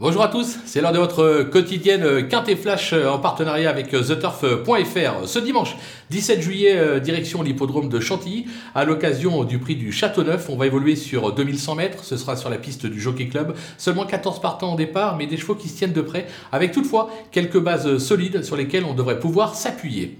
Bonjour à tous, c'est l'heure de votre quotidienne Quintet Flash en partenariat avec TheTurf.fr. Ce dimanche 17 juillet, direction l'hippodrome de Chantilly. À l'occasion du prix du Châteauneuf, on va évoluer sur 2100 mètres. Ce sera sur la piste du Jockey Club. Seulement 14 partants au départ, mais des chevaux qui se tiennent de près, avec toutefois quelques bases solides sur lesquelles on devrait pouvoir s'appuyer.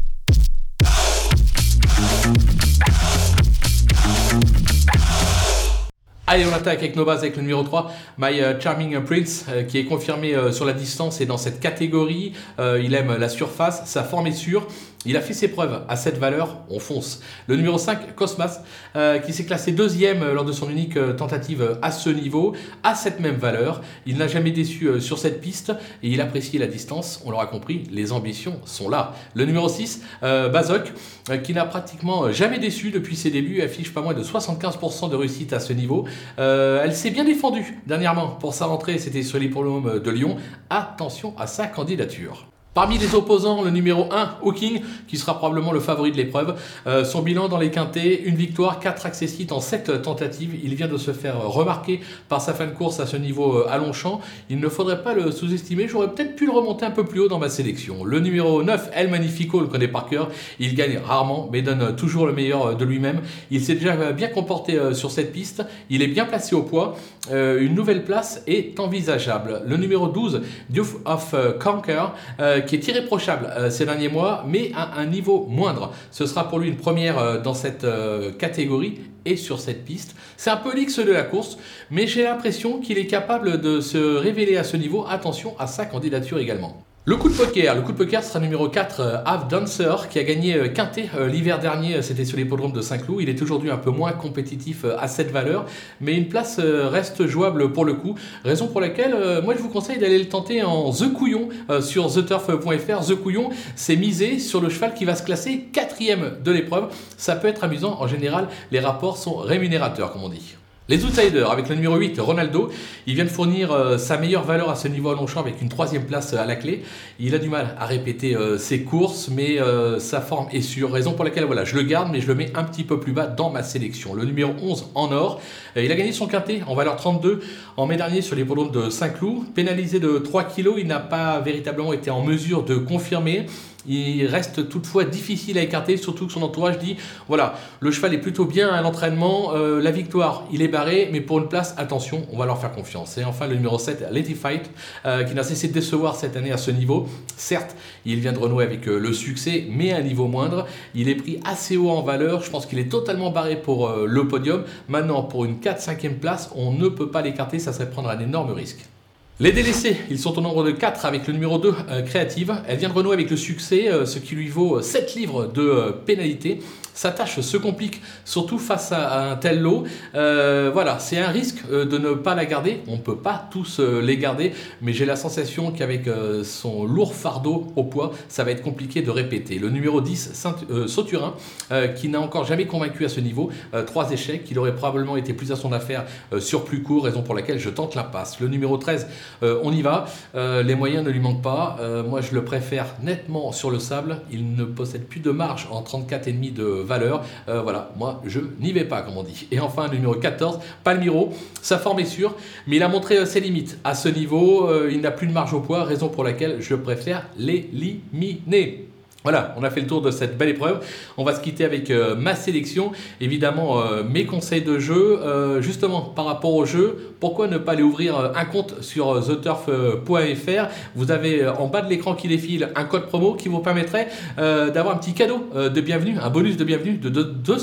Allez, on attaque avec nos bases avec le numéro 3, My Charming Prince, qui est confirmé sur la distance et dans cette catégorie. Il aime la surface, sa forme est sûre. Il a fait ses preuves à cette valeur, on fonce. Le numéro 5, Cosmas, qui s'est classé deuxième lors de son unique tentative à ce niveau, à cette même valeur. Il n'a jamais déçu sur cette piste et il apprécie la distance. On l'aura compris, les ambitions sont là. Le numéro 6, Bazok, qui n'a pratiquement jamais déçu depuis ses débuts, affiche pas moins de 75% de réussite à ce niveau. Elle s'est bien défendue dernièrement pour sa rentrée, c'était sur l'hippodrome de Lyon. Attention à sa candidature. Parmi les opposants, le numéro 1, Hawking, qui sera probablement le favori de l'épreuve. Son bilan dans les quintets, une victoire, 4 accessites en 7 tentatives. Il vient de se faire remarquer par sa fin de course à ce niveau à Longchamp. Il ne faudrait pas le sous-estimer, j'aurais peut-être pu le remonter un peu plus haut dans ma sélection. Le numéro 9, El Magnifico, le connaît par cœur. Il gagne rarement, mais donne toujours le meilleur de lui-même. Il s'est déjà bien comporté sur cette piste. Il est bien placé au poids. Une nouvelle place est envisageable. Le numéro 12, Duke of Conquer, qui est irréprochable ces derniers mois, mais à un niveau moindre. Ce sera pour lui une première dans cette catégorie et sur cette piste. C'est un peu l'X de la course, mais j'ai l'impression qu'il est capable de se révéler à ce niveau. Attention à sa candidature également. Le coup de poker sera numéro 4, Have Dancer, qui a gagné Quintet l'hiver dernier, c'était sur l'hippodrome de Saint-Cloud. Il est aujourd'hui un peu moins compétitif à cette valeur, mais une place reste jouable pour le coup. Raison pour laquelle moi je vous conseille d'aller le tenter en The Couillon sur TheTurf.fr. The Couillon, c'est misé sur le cheval qui va se classer 4e de l'épreuve. Ça peut être amusant, en général les rapports sont rémunérateurs comme on dit. Les outsiders, avec le numéro 8, Ronaldo, il vient de fournir sa meilleure valeur à ce niveau à Longchamp avec une 3e place à la clé. Il a du mal à répéter ses courses, mais sa forme est sûre. Raison pour laquelle voilà, je le garde, mais je le mets un petit peu plus bas dans ma sélection. Le numéro 11, En Or, il a gagné son quintet en valeur 32 en mai dernier sur l'hippodrome de Saint-Cloud. Pénalisé de 3 kg, il n'a pas véritablement été en mesure de confirmer. Il reste toutefois difficile à écarter, surtout que son entourage dit voilà, le cheval est plutôt bien à l'entraînement, la victoire, il est barré, mais pour une place, attention, on va leur faire confiance. Et enfin, le numéro 7, Lady Fight, qui n'a cessé de décevoir cette année à ce niveau. Certes, il vient de renouer avec le succès, mais à un niveau moindre. Il est pris assez haut en valeur. Je pense qu'il est totalement barré pour le podium. Maintenant, pour une 4-5e place, on ne peut pas l'écarter, ça serait prendre un énorme risque. Les délaissés, ils sont au nombre de 4 avec le numéro 2, Créative. Elle vient de renouer avec le succès, ce qui lui vaut 7 livres de pénalité. Sa tâche se complique, surtout face à un tel lot. Voilà, c'est un risque de ne pas la garder. On ne peut pas tous les garder, mais j'ai la sensation qu'avec son lourd fardeau au poids, ça va être compliqué de répéter. Le numéro 10, Sauturin, qui n'a encore jamais convaincu à ce niveau. 3 échecs, il aurait probablement été plus à son affaire sur plus court, raison pour laquelle je tente l'impasse. Le numéro 13, on y va. Les moyens ne lui manquent pas. Moi, je le préfère nettement sur le sable. Il ne possède plus de marge en 34,5 de valeur. Voilà, moi je n'y vais pas comme on dit. Et enfin le numéro 14, Palmiro, sa forme est sûre, mais il a montré ses limites. À ce niveau, il n'a plus de marge au poids, raison pour laquelle je préfère l'éliminer. Voilà, on a fait le tour de cette belle épreuve. On va se quitter avec ma sélection. Évidemment, mes conseils de jeu. Justement, par rapport au jeu, pourquoi ne pas aller ouvrir un compte sur TheTurf.fr. Vous avez en bas de l'écran qui défile un code promo qui vous permettrait d'avoir un petit cadeau de bienvenue, un bonus de bienvenue de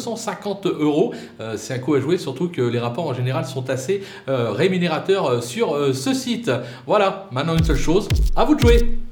250 €. C'est un coup à jouer, surtout que les rapports en général sont assez rémunérateurs sur ce site. Voilà, maintenant une seule chose, à vous de jouer.